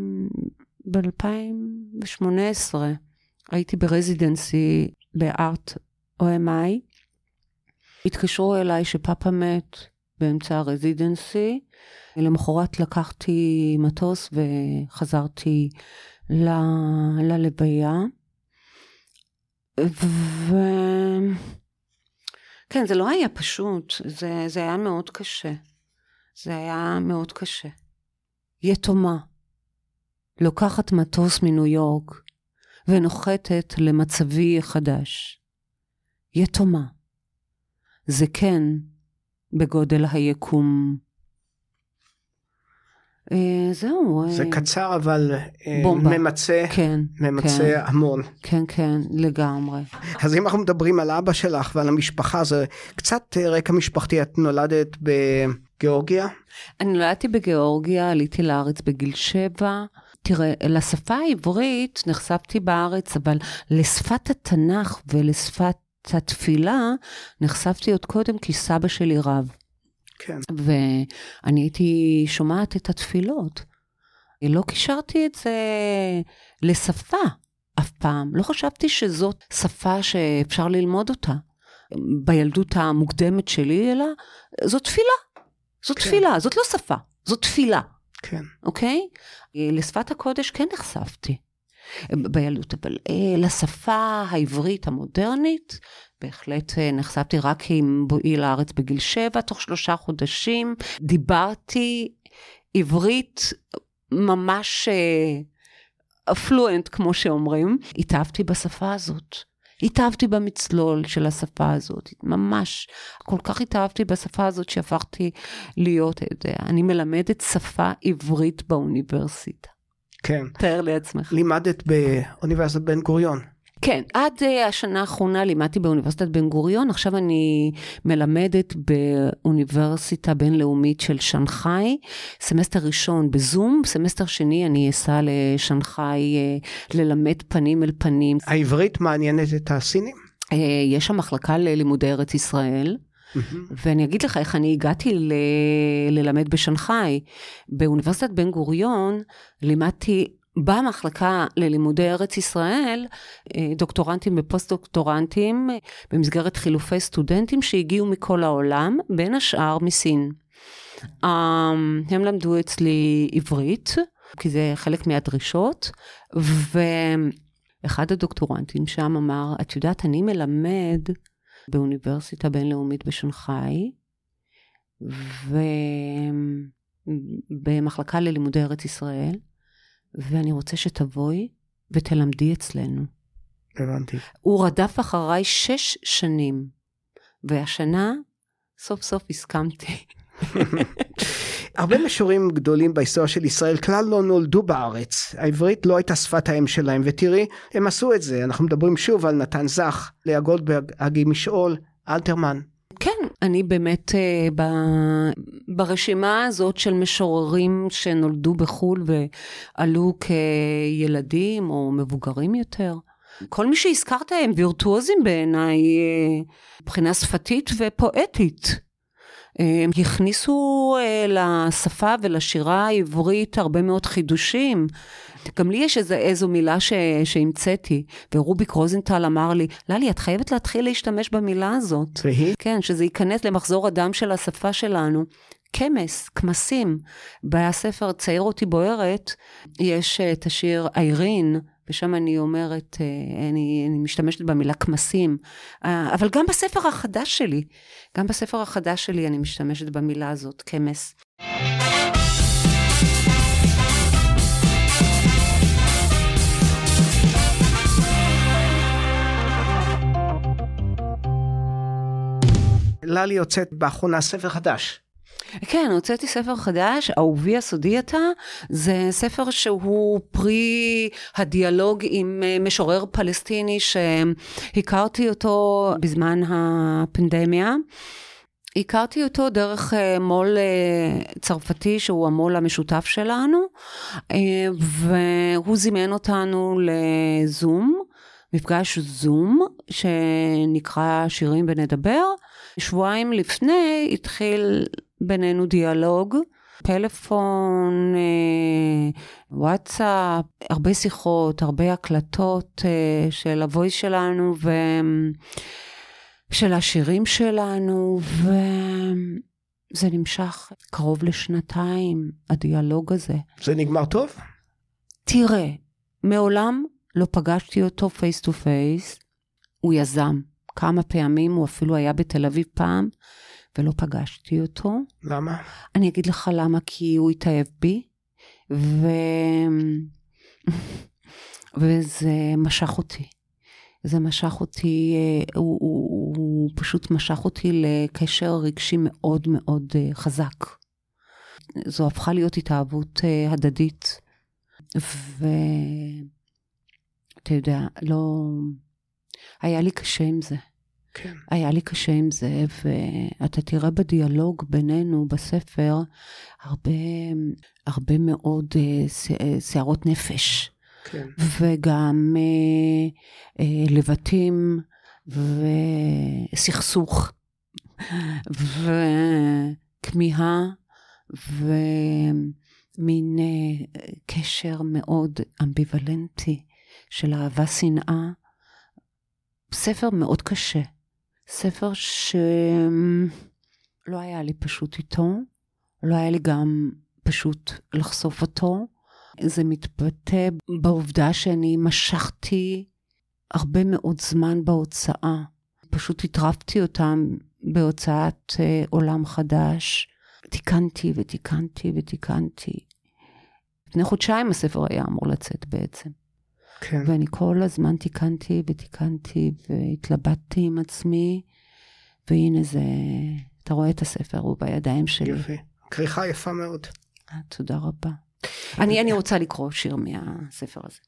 S7: ושמונה עשרה, הייתי ברזידנסי בארט או אם איי, התקשרו אליי שפאפה מת באמצע הרזידנסי, למחרת לקחתי מטוס וחזרתי ל- ללוויה, ו... כן, זה לא היה פשוט, זה, זה היה מאוד קשה. זה היה מאוד קשה. יתומה, לוקחת מטוס מניו יורק, ונוחתת למצבי חדש. יתומה. זה כן, בגודל היקום. אה, זהו.
S1: זה
S7: אה,
S1: קצר, אבל אה,
S7: בומבה.
S1: ממצא,
S7: כן,
S1: ממצא
S7: כן.
S1: המון.
S7: כן, כן, לגמרי.
S1: אז אם אנחנו מדברים על אבא שלך ועל המשפחה, זה קצת רקע משפחתי. את נולדת בגיאורגיה?
S7: אני נולדתי בגיאורגיה, עליתי לארץ בגיל שבע. תראה, לשפה העברית נחשפתי בארץ, אבל לשפת התנ"ך ולשפת התפילה נחשפתי עוד קודם, כי סבא שלי רב.
S1: כן.
S7: ואני הייתי שומעת את התפילות. לא קישרתי את זה לשפה אף פעם. לא חשבתי שזאת שפה שאפשר ללמוד אותה. בילדות המוקדמת שלי, אלא זאת תפילה. זאת כן. תפילה, זאת לא שפה, זאת תפילה.
S1: כן.
S7: אוקיי? לשפת הקודש כן נחשפתי. בילדות, אבל לשפה העברית המודרנית, בהחלט נחשפתי רק עם בואי לארץ בגיל שבע, תוך שלושה חודשים, דיברתי עברית ממש פלואנט, כמו שאומרים, התאהבתי בשפה הזאת, התאהבתי במצלול של השפה הזאת, ממש, כל כך התאהבתי בשפה הזאת שהפכתי להיות, אני מלמדת שפה עברית באוניברסיטה.
S1: כן.
S7: תאר לעצמך.
S1: לימדת באוניברסיטת בן גוריון.
S7: כן, עד השנה האחרונה לימדתי באוניברסיטת בן גוריון, עכשיו אני מלמדת באוניברסיטה בינלאומית של שנגחאי, סמסטר ראשון בזום, סמסטר שני אני אסע לשנגחאי ללמד פנים אל פנים.
S1: העברית מעניינת את הסינים?
S7: יש שם מחלקה ללימודי ארץ ישראל, ואני אגיד לך איך אני הגעתי ל- ללמד בשנגחאי. באוניברסיטת בן גוריון לימדתי במחלקה ללימודי ארץ ישראל, דוקטורנטים ופוסט דוקטורנטים, במסגרת חילופי סטודנטים שהגיעו מכל העולם, בין השאר מסין. הם למדו אצלי עברית, כי זה חלק מהדרישות, ואחד הדוקטורנטים שם אמר, את יודעת, אני מלמד באוניברסיטה בינלאומית בשנגחאי, ובמחלקה ללימודי ארץ ישראל, ואני רוצה שתבואי ותלמדי אצלנו.
S1: הבנתי.
S7: הוא רדף אחריי שש שנים, והשנה סוף סוף הסכמתי.
S1: הרבה משוררים גדולים בהיסטוריה של ישראל כלל לא נולדו בארץ. העברית לא הייתה שפת האם שלהם, ותראי, הם עשו את זה. אנחנו מדברים שוב על נתן זך, לאה גולדברג, אגי משעול, אלתרמן.
S7: כן, אני באמת ב... ברשימה הזאת של משוררים שנולדו בחול ועלו כילדים או מבוגרים יותר. כל מי שהזכרת הם וירטואוזים בעיניי, מבחינה שפתית ופואטית. הם הכניסו לשפה ולשירה העברית הרבה מאוד חידושים. גם לי יש איזו, איזו מילה ש, שהמצאתי, ורוביק רוזנטל אמר לי, ללי, את חייבת להתחיל להשתמש במילה הזאת.
S1: והיא?
S7: כן, שזה ייכנס למחזור הדם של השפה שלנו. כמס, כמסים. בספר צעיר אותי בוערת, יש את השיר איירין, ושם אני אומרת, אני, אני משתמשת במילה כמסים, אבל גם בספר החדש שלי, גם בספר החדש שלי אני משתמשת במילה הזאת, כמס.
S1: ללי יוצאת באחרונה ספר חדש.
S7: כן, הוצאתי ספר חדש, אהובי הסודי אתה, זה ספר שהוא פרי הדיאלוג עם משורר פלסטיני שהכרתי אותו בזמן הפנדמיה. הכרתי אותו דרך מול צרפתי שהוא המול המשותף שלנו, והוא זימן אותנו לזום, מפגש זום שנקרא שירים ונדבר. שבועיים לפני התחיל בינינו דיאלוג, פלאפון, וואטסאפ, הרבה שיחות, הרבה הקלטות של הוויס שלנו ושל השירים שלנו, וזה נמשך קרוב לשנתיים, הדיאלוג הזה.
S1: זה נגמר טוב?
S7: תראה, מעולם לא פגשתי אותו פייס טו פייס, הוא יזם כמה פעמים, הוא אפילו היה בתל אביב פעם, ולא פגשתי אותו.
S1: למה?
S7: אני אגיד לך למה, כי הוא התאהב בי, ו... וזה משך אותי. זה משך אותי, הוא, הוא, הוא פשוט משך אותי לקשר רגשי מאוד מאוד חזק. זו הפכה להיות התאהבות הדדית, ואתה יודע, לא... היה לי קשה עם זה.
S1: כן.
S7: היה לי קשה עם זה, ואתה תראה בדיאלוג בינינו בספר, הרבה, הרבה מאוד שערות נפש.
S1: כן.
S7: וגם לבטים וסכסוך. וכן, כמיהה ומין קשר מאוד אמביוולנטי של אהבה שנאה. ספר מאוד קשה, ספר שלא היה לי פשוט איתו, לא היה לי גם פשוט לחשוף אותו. זה מתבטא בעובדה שאני משכתי הרבה מאוד זמן בהוצאה. פשוט התרפתי אותם בהוצאת אה, עולם חדש. תיקנתי ותיקנתי ותיקנתי. לפני חודשיים הספר היה אמור לצאת בעצם.
S1: כן.
S7: ואני כל הזמן תיקנתי ותיקנתי והתלבטתי עם עצמי. והנה זה, אתה רואה את הספר, הוא בידיים שלי.
S1: יפה. כריכה יפה מאוד.
S7: תודה רבה. אני, אני רוצה לקרוא שיר מהספר הזה.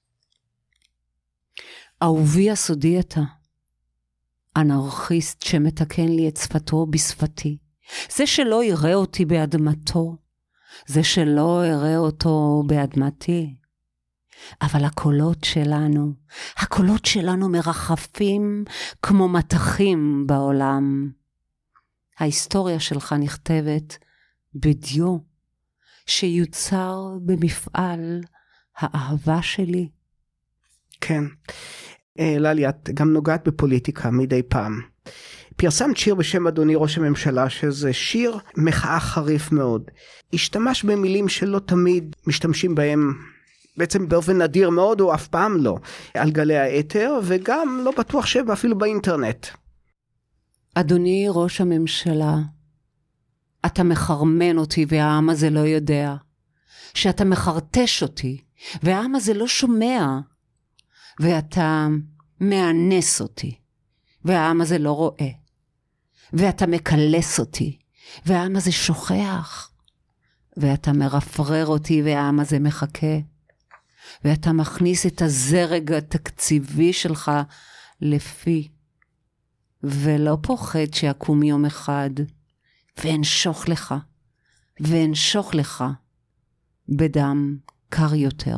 S7: אהובי הסודי אתה, אנרכיסט שמתקן לי את שפתו בשפתי, זה שלא יראה אותי באדמתו, זה שלא יראה אותו באדמתי, אבל הקולות שלנו, הקולות שלנו מרחפים כמו מתחים בעולם. ההיסטוריה שלך נכתבת בדיו, שיוצר במפעל האהבה שלי.
S1: כן. ללי, את גם נוגעת בפוליטיקה מדי פעם. פרסמת שיר בשם אדוני ראש הממשלה, שזה שיר מחאה חריף מאוד. השתמש במילים שלא תמיד משתמשים בהם, בעצם באופן נדיר מאוד, או אף פעם לא, על גלי האתר, וגם לא בטוח שאפילו באינטרנט.
S7: אדוני ראש הממשלה, אתה מחרמן אותי והעם הזה לא יודע, שאתה מחרטש אותי והעם הזה לא שומע, ואתה מאנס אותי והעם הזה לא רואה, ואתה מקלס אותי והעם הזה שוכח, ואתה מרפרר אותי והעם הזה מחכה, ואתה מכניס את הזרג התקציבי שלך לפי, ולא פוחד שיקום יום אחד ואנשוך לך, ואנשוך לך בדם קר יותר.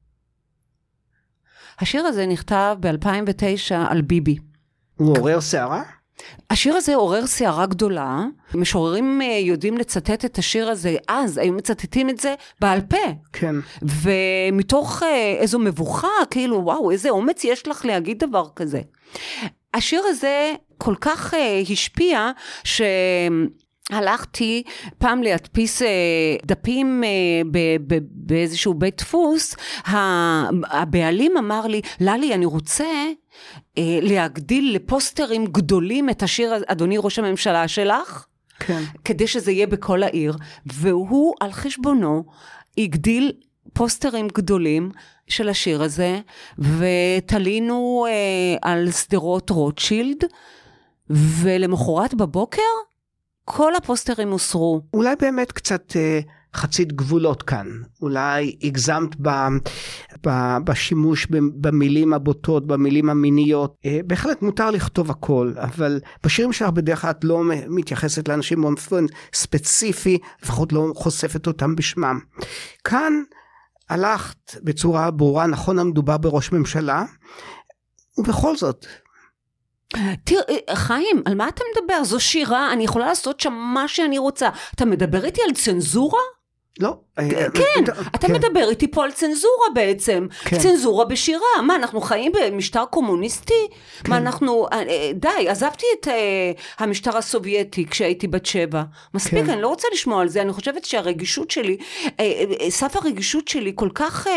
S7: השיר הזה נכתב ב-אלפיים ותשע על ביבי.
S1: הוא עורר שערה?
S7: השיר הזה עורר שערה גדולה. משוררים יודעים לצטט את השיר הזה, אז היו מצטטים את זה בעל פה.
S1: כן.
S7: ומתוך איזו מבוכה, כאילו וואו, איזה אומץ יש לך להגיד דבר כזה. השיר הזה כל כך השפיע ש... הלכתי פעם להדפיס דפים באיזשהו בית דפוס, הבעלים אמר לי, ללי, אני רוצה להגדיל לפוסטרים גדולים את השיר אדוני ראש הממשלה שלך,
S1: כן.
S7: כדי שזה יהיה בכל העיר, והוא על חשבונו הגדיל פוסטרים גדולים של השיר הזה, ותלינו על סדרות רוטשילד, ולמחרת בבוקר, כל הפוסטרים הוסרו.
S1: אולי באמת קצת אה, חצית גבולות כאן. אולי הגזמת ב, ב, בשימוש במילים הבוטות, במילים המיניות. אה, בהחלט מותר לכתוב הכל, אבל בשירים שלך בדרך כלל את לא מתייחסת לאנשים באופן ספציפי, לפחות לא חושפת אותם בשמם. כאן הלכת בצורה ברורה, נכון המדובר בראש ממשלה, ובכל זאת...
S7: תראה, חיים, על מה אתה מדבר? זו שירה, אני יכולה לעשות שם מה שאני רוצה. אתה מדבר איתי על צנזורה?
S1: לא.
S7: כן, אתה מדבר איתי פה על צנזורה בעצם. צנזורה בשירה. מה, אנחנו חיים במשטר קומוניסטי? מה, אנחנו... די, עזבתי את המשטר הסובייטי כשהייתי בת שבע. מספיק, אני לא רוצה לשמוע על זה. אני חושבת שהרגישות שלי, סף הרגישות שלי כל כך...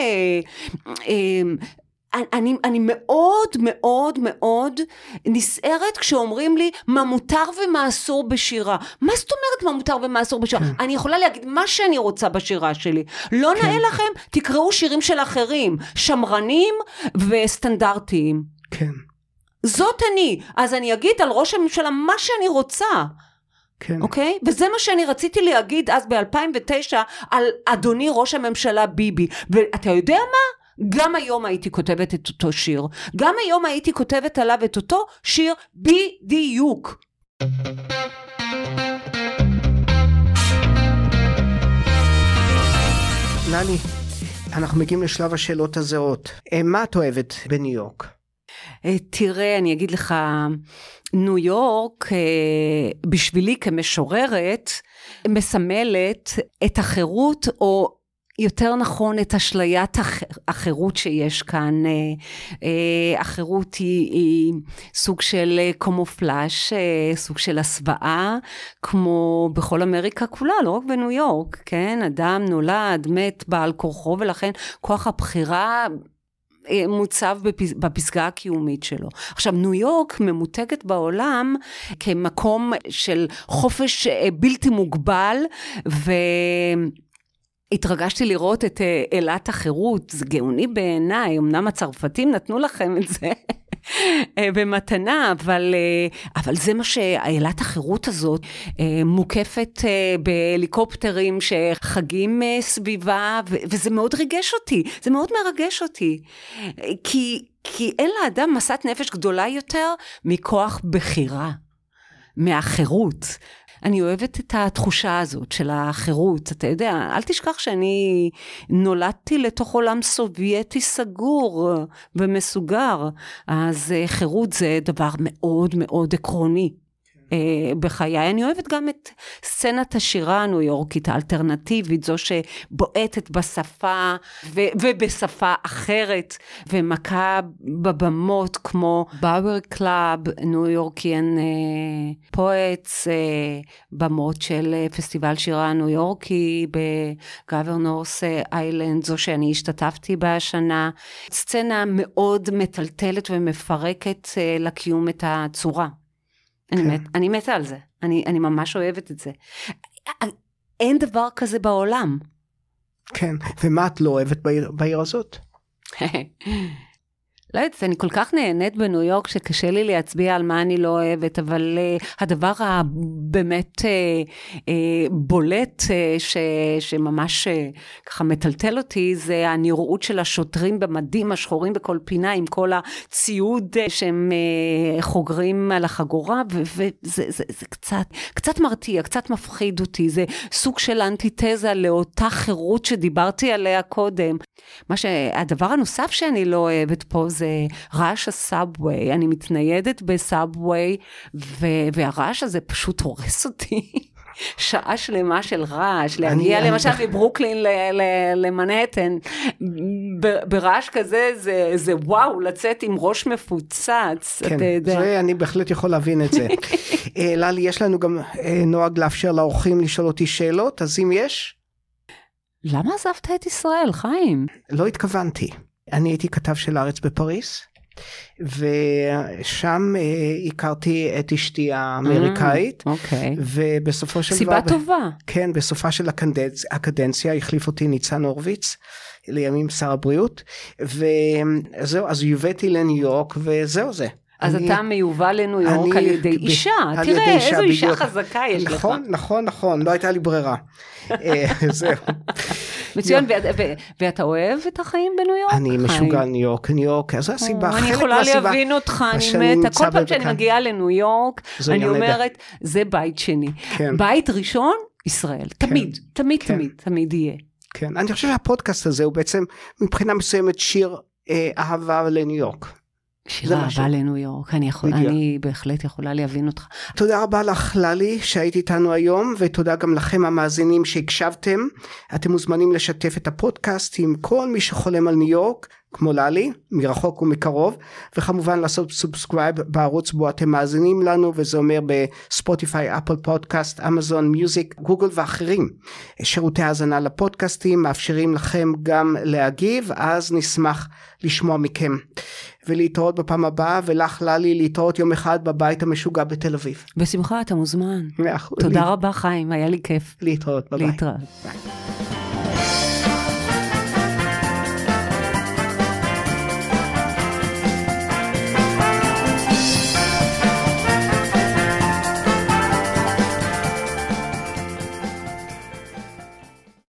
S7: אני, אני מאוד מאוד מאוד נסערת כשאומרים לי מה מותר ומה אסור בשירה. מה זאת אומרת מה מותר ומה אסור בשירה? כן. אני יכולה להגיד מה שאני רוצה בשירה שלי. לא כן. נאה לכם, תקראו שירים של אחרים, שמרנים וסטנדרטיים.
S1: כן.
S7: זאת אני. אז אני אגיד על ראש הממשלה מה שאני רוצה.
S1: כן.
S7: אוקיי? וזה מה שאני רציתי להגיד אז ב-אלפיים ותשע על אדוני ראש הממשלה ביבי. ואתה יודע מה? גם היום הייתי כותבת את אותו שיר. גם היום הייתי כותבת עליו את אותו שיר בדיוק.
S1: ללי, אנחנו מגיעים לשלב השאלות הזהות. מה את אוהבת בניו יורק?
S7: תראה, אני אגיד לך, ניו יורק, בשבילי כמשוררת, מסמלת את החירות, או יותר נכון את אשליית החירות שיש כאן. החירות היא, היא סוג של קומופלאז', סוג של הסוואה, כמו בכל אמריקה כולה, לא רק בניו יורק, כן? אדם נולד, מת, בעל כורחו, ולכן כוח הבחירה מוצב בפסגה הקיומית שלו. עכשיו, ניו יורק ממותגת בעולם כמקום של חופש בלתי מוגבל, ו... התרגשתי לראות את אלת החירות, זה גאוני בעיניי, אמנם הצרפתים נתנו לכם את זה במתנה, אבל, אבל זה מה שאלת החירות הזאת מוקפת בהליקופטרים שחגים סביבה, וזה מאוד ריגש אותי, זה מאוד מרגש אותי, כי, כי אין לאדם מסת נפש גדולה יותר מכוח בחירה, מהחירות. אני אוהבת את התחושה הזאת של החירות, אתה יודע, אל תשכח שאני נולדתי לתוך עולם סובייטי סגור ומסוגר, אז חירות זה דבר מאוד מאוד עקרוני. בחיי. אני אוהבת גם את סצנת השירה הניו יורקית האלטרנטיבית, זו שבועטת בשפה ו- ובשפה אחרת, ומכה בבמות כמו באוור קלאב, ניו יורקיאן פואטס, במות של פסטיבל שירה ניו יורקי בגוורנורס איילנד, זו שאני השתתפתי בה השנה. סצנה מאוד מטלטלת ומפרקת לקיום את הצורה. אני, מת, אני מתה על זה, אני, אני ממש אוהבת את זה. אין דבר כזה בעולם.
S1: כן, ומה את לא אוהבת בעיר, בעיר הזאת?
S7: לא יודעת, אני כל כך נהנית בניו יורק שקשה לי להצביע על מה אני לא אוהבת, אבל uh, הדבר הבאמת uh, uh, בולט uh, ש, שממש uh, ככה מטלטל אותי, זה הנראות של השוטרים במדים השחורים בכל פינה, עם כל הציוד uh, שהם uh, חוגרים על החגורה, וזה זה, זה, זה קצת, קצת מרתיע, קצת מפחיד אותי, זה סוג של אנטיתזה לאותה חירות שדיברתי עליה קודם. מה שהדבר הנוסף שאני לא אוהבת פה, זה רעש הסאבווי, אני מתניידת בסאבווי, והרעש הזה פשוט הורס אותי, שעה שלמה של רעש, להגיע אני, למשל אני... מברוקלין למנהטן, ברעש כזה זה, זה וואו, לצאת עם ראש מפוצץ,
S1: כן,
S7: אתה יודע.
S1: זה, אני בהחלט יכול להבין את זה. ללי, יש לנו גם נוהג לאפשר לאורחים לשאול אותי שאלות, אז אם יש?
S7: למה עזבת את ישראל, חיים?
S1: לא התכוונתי. אני הייתי כתב של הארץ בפריס, ושם אה, הכרתי את אשתי האמריקאית,
S7: mm, okay.
S1: ובסופו של
S7: סיבה
S1: דבר...
S7: טובה.
S1: כן, בסופה של הקדנצ... הקדנציה החליף אותי ניצן הורוביץ, לימים שר הבריאות, וזהו, אז הבאתי לניו יורק, וזהו זה.
S7: אז
S1: אני,
S7: אתה מיובא לניו יורק על ידי ב, אישה,
S1: על
S7: תראה
S1: ידי
S7: איזו
S1: בדיוק.
S7: אישה חזקה יש
S1: נכון,
S7: לך.
S1: נכון, נכון, נכון, לא הייתה לי ברירה. זהו.
S7: מצוין, ואתה אוהב את החיים בניו יורק?
S1: אני משוגע ניו יורק, ניו יורק, זו הסיבה,
S7: אני יכולה להבין אותך, אני מתה, כל פעם שאני מגיעה לניו יורק, אני אומרת, זה בית שני. בית ראשון, ישראל, תמיד, תמיד, תמיד, תמיד יהיה.
S1: כן, אני חושב שהפודקאסט הזה הוא בעצם מבחינה מסוימת שיר אהבה לניו יורק.
S7: שיר אהבה לניו יורק, אני, יכול, אני בהחלט יכולה להבין אותך.
S1: תודה רבה לך ללי שהיית איתנו היום, ותודה גם לכם המאזינים שהקשבתם. אתם מוזמנים לשתף את הפודקאסט עם כל מי שחולם על ניו יורק, כמו ללי, מרחוק ומקרוב, וכמובן לעשות סובסקרייב בערוץ בו אתם מאזינים לנו, וזה אומר בספוטיפיי, אפל פודקאסט, אמזון מיוזיק, גוגל ואחרים. שירותי האזנה לפודקאסטים מאפשרים לכם גם להגיב, אז נשמח לשמוע מכם. ולהתראות בפעם הבאה, ולך ללי להתראות יום אחד בבית המשוגע בתל אביב.
S7: בשמחה, אתה מוזמן. תודה רבה חיים, היה לי כיף.
S1: להתראות, ביי.
S7: להתראות.